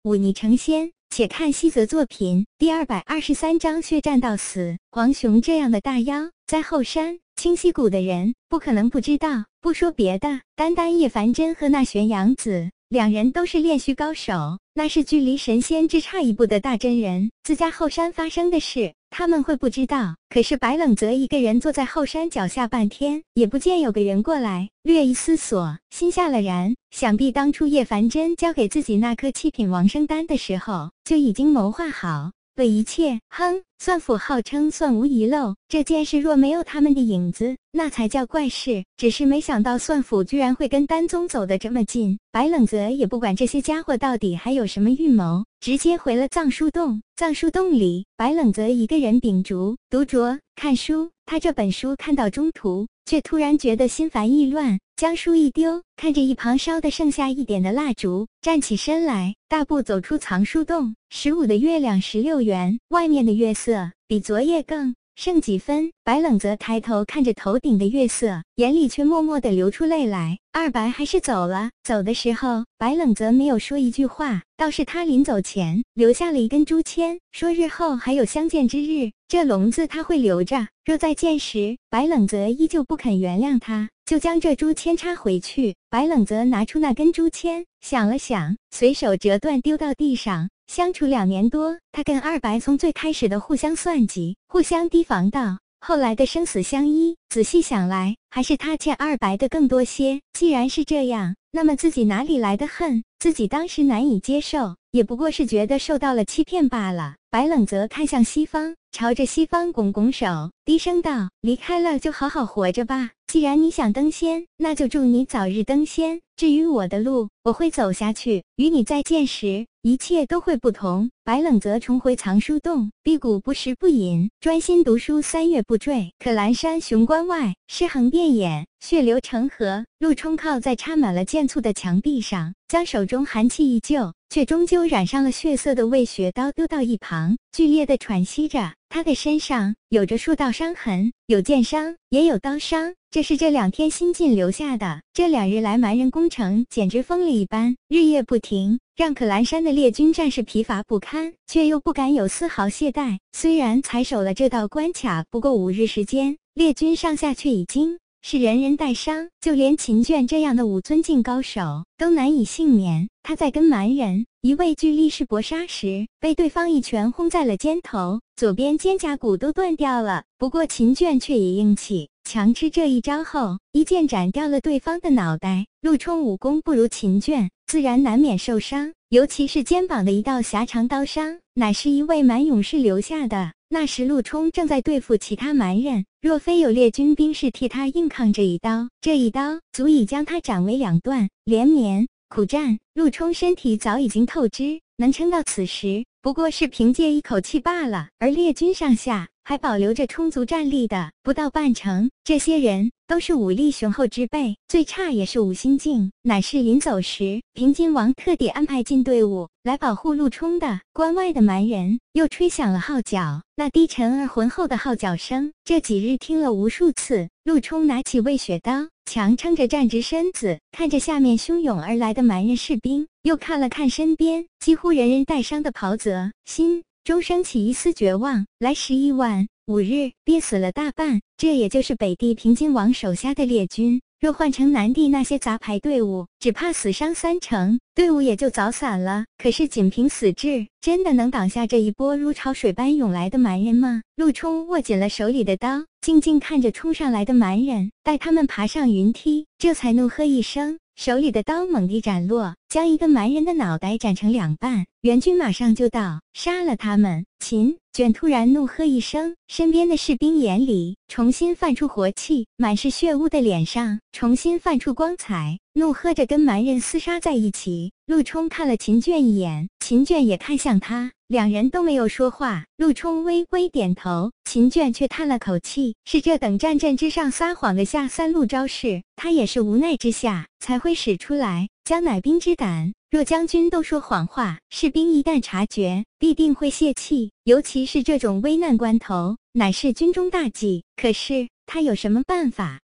忤逆成仙。且看西泽作品第223章血战到死。黄雄这样的大妖，在后山清溪谷的人不可能不知道。不说别的，单单叶凡真和那玄阳子，两人都是炼虚高手，那是距离神仙只差一步的大真人。自家后山发生的事，他们会不知道？可是白冷泽一个人坐在后山脚下半天，也不见有个人过来。略一思索，心下了然，想必当初叶凡真交给自己那颗7品王生丹的时候，就已经谋划好了一切。算府号称算无遗漏，这件事若没有他们的影子，那才叫怪事。只是没想到算府居然会跟丹宗走得这么近。白冷泽也不管这些家伙到底还有什么预谋，直接回了藏书洞。藏书洞里，白冷泽一个人秉烛读着看书。他这本书看到中途，却突然觉得心烦意乱，将书一丢，看着一旁烧得剩下一点的蜡烛，站起身来，大步走出藏书洞。15的月亮16圆，外面的月色比昨夜更剩几分。白冷泽抬头看着头顶的月色，眼里却默默地流出泪来。二白还是走了。走的时候，白冷泽没有说一句话，倒是他临走前留下了一根竹签，说日后还有相见之日，这笼子他会留着，若再见时，白冷泽依旧不肯原谅他，就将这竹签插回去。白冷泽拿出那根竹签，想了想，随手折断丢到地上。相处2年多，他跟二白从最开始的互相算计，互相提防到后来的生死相依，仔细想来，还是他欠二白的更多些。既然是这样，那么自己哪里来的恨？自己当时难以接受，也不过是觉得受到了欺骗罢了。白冷泽看向西方，朝着西方拱拱手，低声道：离开了就好好活着吧，既然你想登仙，那就祝你早日登仙。至于我的路，我会走下去，与你再见时，一切都会不同。白冷泽重回藏书洞，辟谷不食不饮，专心读书3月不坠。可兰山雄关外，尸横遍野，血流成河。陆冲靠在插满了剑簇的墙壁上，将手中寒气依旧，却终究染上了血色的魏雪刀丢到一旁，剧烈的喘息着。他的身上有着数道伤痕，有剑伤，也有刀伤，这是这2天新近留下的。这2日来蛮人攻城简直疯了一般，日夜不停，让可兰山的列军战士疲乏不堪，却又不敢有丝毫懈怠。虽然才守了这道关卡不过5日时间，列军上下却已经是人人带伤，就连秦卷这样的武尊境高手都难以幸免。他在跟蛮人一位巨力士搏杀时，被对方一拳轰在了肩头，左边肩胛骨都断掉了。不过秦卷却也硬气，强吃这一招后，一剑斩掉了对方的脑袋。陆冲武功不如秦卷，自然难免受伤，尤其是肩膀的一道狭长刀伤，乃是一位蛮勇士留下的。那时陆冲正在对付其他蛮人，若非有列军兵士替他硬抗这一刀足以将他斩为2段。连绵苦战，陆冲身体早已经透支，能撑到此时，不过是凭借一口气罢了。而列军上下还保留着充足战力的不到半成，这些人都是武力雄厚之辈，最差也是武心境。乃是临走时，平津王特地安排进队伍来保护陆冲的。关外的蛮人又吹响了号角，那低沉而浑厚的号角声，这几日听了无数次。陆冲拿起魏雪刀，强撑着站直身子，看着下面汹涌而来的蛮人士兵，又看了看身边几乎人人带伤的袍泽，心中升起一丝绝望。来11万5日，憋死了大半，这也就是北地平津王手下的列军。若换成南地那些杂牌队伍，只怕死伤3成，队伍也就早散了。可是仅凭死志，真的能挡下这一波如潮水般涌来的蛮人吗？陆冲握紧了手里的刀，静静看着冲上来的蛮人，待他们爬上云梯，这才怒喝一声，手里的刀猛地斩落，将一个蛮人的脑袋斩成2半。援军马上就到，杀了他们。秦卷突然怒喝一声，身边的士兵眼里重新泛出活气，满是血污的脸上重新泛出光彩，怒喝着跟蛮人厮杀在一起。陆冲看了秦卷一眼，秦卷也看向他，两人都没有说话。陆冲微微点头，秦卷却叹了口气，是这等战阵之上撒谎的下三路招式，他也是无奈之下才会使出来。将乃兵之胆，若将军都说谎话，士兵一旦察觉，必定会泄气，尤其是这种危难关头，乃是军中大忌。可是他有什么办法？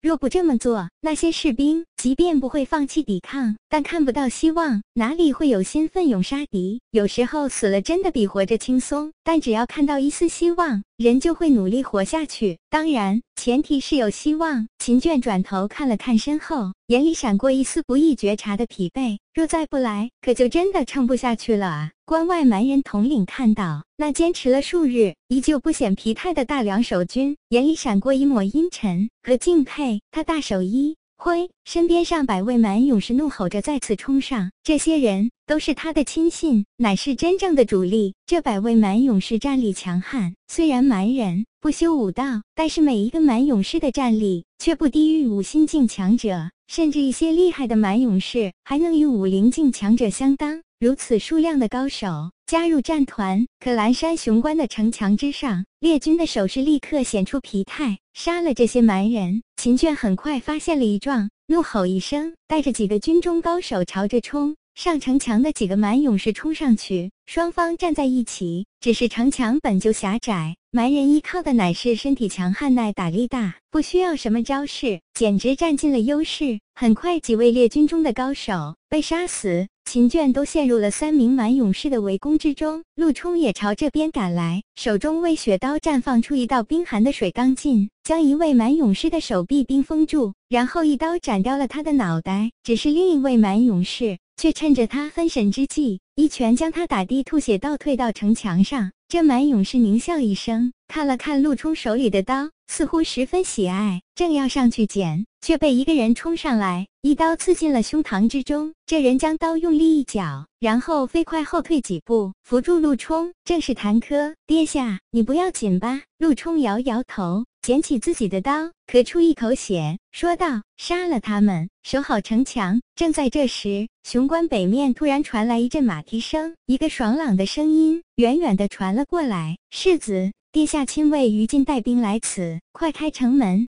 若不这么做，那些士兵即便不会放弃抵抗，但看不到希望，哪里会有心奋勇杀敌？有时候死了真的比活着轻松，但只要看到一丝希望，人就会努力活下去。当然，前提是有希望。秦卷转头看了看身后，眼里闪过一丝不易觉察的疲惫。若再不来，可就真的撑不下去了啊！关外蛮人统领看到那坚持了数日，依旧不显疲态的大梁守军，眼里闪过一抹阴沉和敬佩。他大手一挥，身边上百位蛮勇士怒吼着再次冲上。这些人都是他的亲信，乃是真正的主力。这百位蛮勇士战力强悍，虽然蛮人不修武道，但是每一个蛮勇士的战力却不低于5星境强者，甚至一些厉害的蛮勇士还能与50境强者相当。如此数量的高手加入战团，可蓝山雄关的城墙之上，列军的手势立刻显出疲态。杀了这些蛮人，秦卷很快发现了异状，怒吼一声，带着几个军中高手朝着冲上城墙的几个蛮勇士冲上去。双方站在一起，只是城墙本就狭窄，蛮人依靠的乃是身体强悍、耐打力大，不需要什么招式，简直占尽了优势。很快，几位列军中的高手被杀死，秦卷都陷入了3名蛮勇士的围攻之中。陆冲也朝这边赶来，手中为雪刀绽放出一道冰寒的水钢劲，将一位蛮勇士的手臂冰封住，然后一刀斩掉了他的脑袋。只是另一位蛮勇士却趁着他分神之际，一拳将他打地吐血，倒退到城墙上。这蛮勇士狞笑一声，看了看陆冲手里的刀，似乎十分喜爱，正要上去捡，却被一个人冲上来，一刀刺进了胸膛之中。这人将刀用力一绞，然后飞快后退几步，扶住陆冲，正是谭柯。殿下，你不要紧吧？陆冲摇摇头，捡起自己的刀，咳出一口血，说道：杀了他们，守好城墙。正在这时，雄关北面突然传来一阵马蹄声，一个爽朗的声音远远地传了过来：世子，殿下亲卫于禁带兵来此，快开城门。